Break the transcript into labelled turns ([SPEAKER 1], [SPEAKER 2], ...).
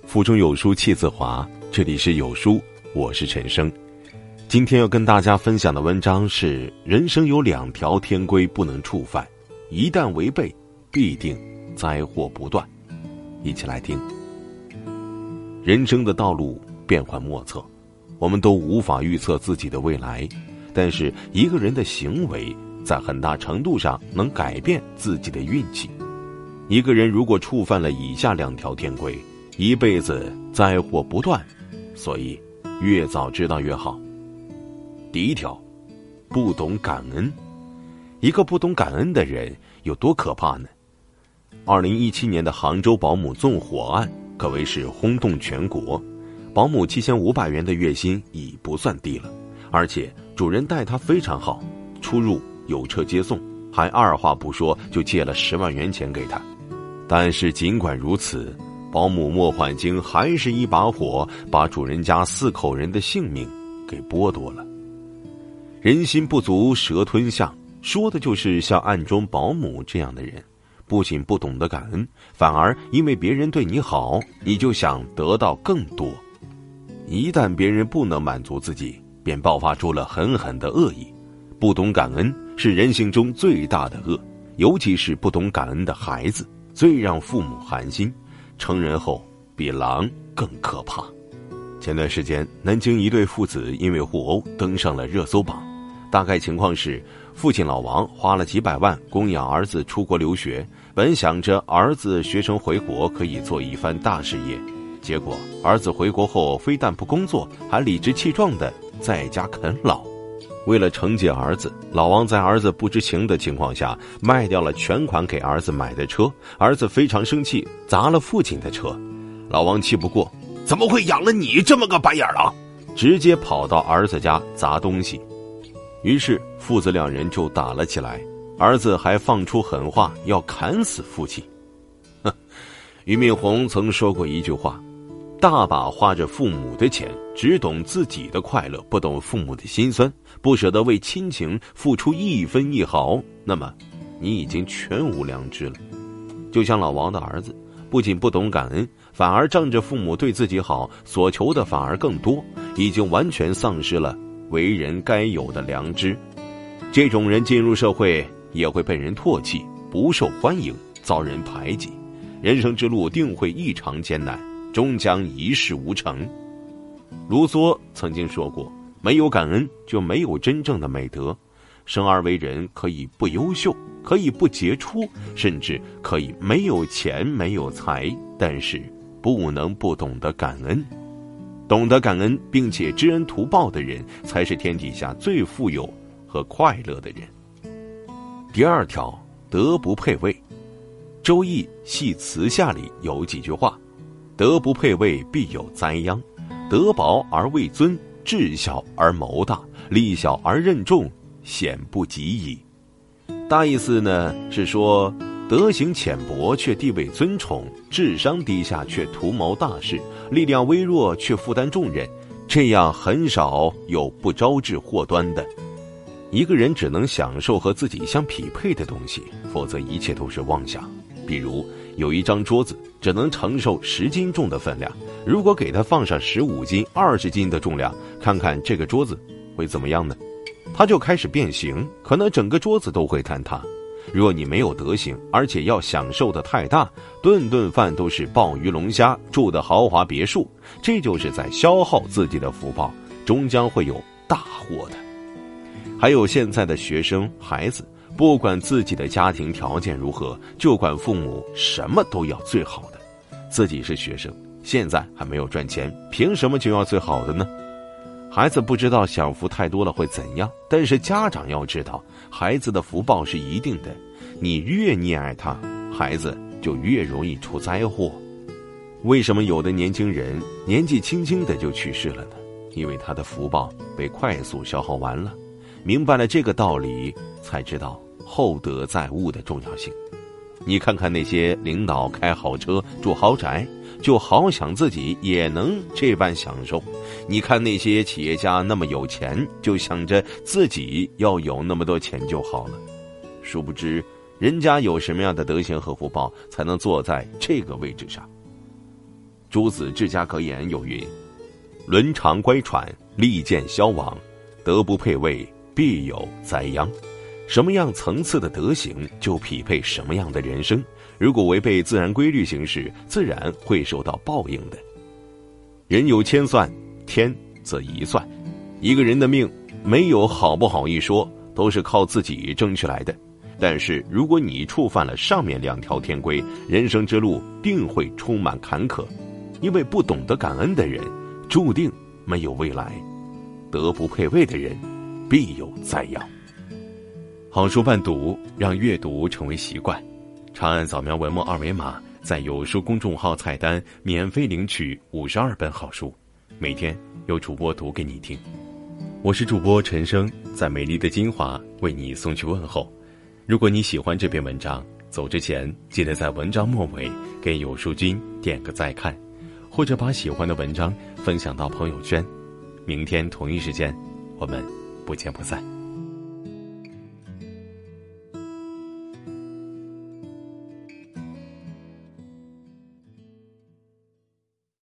[SPEAKER 1] 腹中有书气自华，这里是有书，我是陈生。今天要跟大家分享的文章是：人生有2条天规不能触犯，一旦违背，必定灾祸不断。一起来听。人生的道路变幻莫测，我们都无法预测自己的未来，但是一个人的行为在很大程度上能改变自己的运气。一个人如果触犯了以下2条天规，一辈子灾祸不断，所以越早知道越好。第一条，不懂感恩。一个不懂感恩的人有多可怕呢？2017年的杭州保姆纵火案可谓是轰动全国。保姆7500元的月薪已不算低了，而且主人待她非常好，出入有车接送，还二话不说就借了10万元钱给她。但是尽管如此，保姆莫焕晶还是一把火把主人家4口人的性命给剥夺了。人心不足蛇吞象，说的就是像案中保姆这样的人，不仅不懂得感恩，反而因为别人对你好，你就想得到更多。一旦别人不能满足自己，便爆发出了狠狠的恶意。不懂感恩是人性中最大的恶，尤其是不懂感恩的孩子，最让父母寒心，成人后比狼更可怕。前段时间，南京一对父子因为互殴登上了热搜榜。大概情况是，父亲老王花了几百万供养儿子出国留学，本想着儿子学成回国可以做一番大事业，结果儿子回国后非但不工作，还理直气壮地在家啃老。为了惩戒儿子，老王在儿子不知情的情况下卖掉了全款给儿子买的车，儿子非常生气，砸了父亲的车。老王气不过，怎么会养了你这么个白眼狼，直接跑到儿子家砸东西。于是父子2人就打了起来，儿子还放出狠话要砍死父亲。俞敏洪曾说过一句话，大把花着父母的钱，只懂自己的快乐，不懂父母的辛酸，不舍得为亲情付出1分1毫，那么你已经全无良知了。就像老王的儿子，不仅不懂感恩，反而仗着父母对自己好，所求的反而更多，已经完全丧失了为人该有的良知。这种人进入社会也会被人唾弃，不受欢迎，遭人排挤，人生之路定会异常艰难，终将一事无成。卢梭曾经说过，没有感恩就没有真正的美德。生而为人，可以不优秀，可以不杰出，甚至可以没有钱没有财，但是不能不懂得感恩。懂得感恩并且知恩图报的人，才是天底下最富有和快乐的人。第2条，德不配位。周易系辞下里有几句话：德不配位，必有灾殃；德薄而位尊，智小而谋大，力小而任重，险不及矣。大意思呢是说，德行浅薄却地位尊崇，智商低下却图谋大事，力量微弱却负担重任，这样很少有不招致祸端的。一个人只能享受和自己相匹配的东西，否则一切都是妄想。比如有一张桌子只能承受10斤重的分量，如果给它放上15斤、20斤的重量，看看这个桌子会怎么样呢？它就开始变形，可能整个桌子都会坍塌。若你没有德行，而且要享受的太大，顿顿饭都是鲍鱼龙虾，住的豪华别墅，这就是在消耗自己的福报，终将会有大祸的。还有现在的学生孩子，不管自己的家庭条件如何，就管父母什么都要最好的。自己是学生，现在还没有赚钱，凭什么就要最好的呢？孩子不知道享福太多了会怎样，但是家长要知道，孩子的福报是一定的，你越溺爱他，孩子就越容易出灾祸。为什么有的年轻人年纪轻轻的就去世了呢？因为他的福报被快速消耗完了。明白了这个道理，才知道厚德载物的重要性。你看看那些领导开好车住豪宅，就好想自己也能这般享受。你看那些企业家那么有钱，就想着自己要有那么多钱就好了。殊不知人家有什么样的德行和福报，才能坐在这个位置上。 诸子治家格言有云：伦常乖舛，利剑消亡，德不配位，必有灾殃。什么样层次的德行，就匹配什么样的人生。如果违背自然规律行事，自然会受到报应的。人有千算，天则一算。一个人的命没有好不好一说，都是靠自己争取来的。但是如果你触犯了上面2条天规，人生之路定会充满坎坷。因为不懂得感恩的人，注定没有未来；德不配位的人，必有灾殃。
[SPEAKER 2] 好书伴读，让阅读成为习惯。长按扫描文末2维码，在有书公众号菜单免费领取52本好书，每天有主播读给你听。我是主播陈生，在美丽的金华为你送去问候。如果你喜欢这篇文章，走之前记得在文章末尾给有书君点个再看，或者把喜欢的文章分享到朋友圈。明天同一时间，我们不见不散。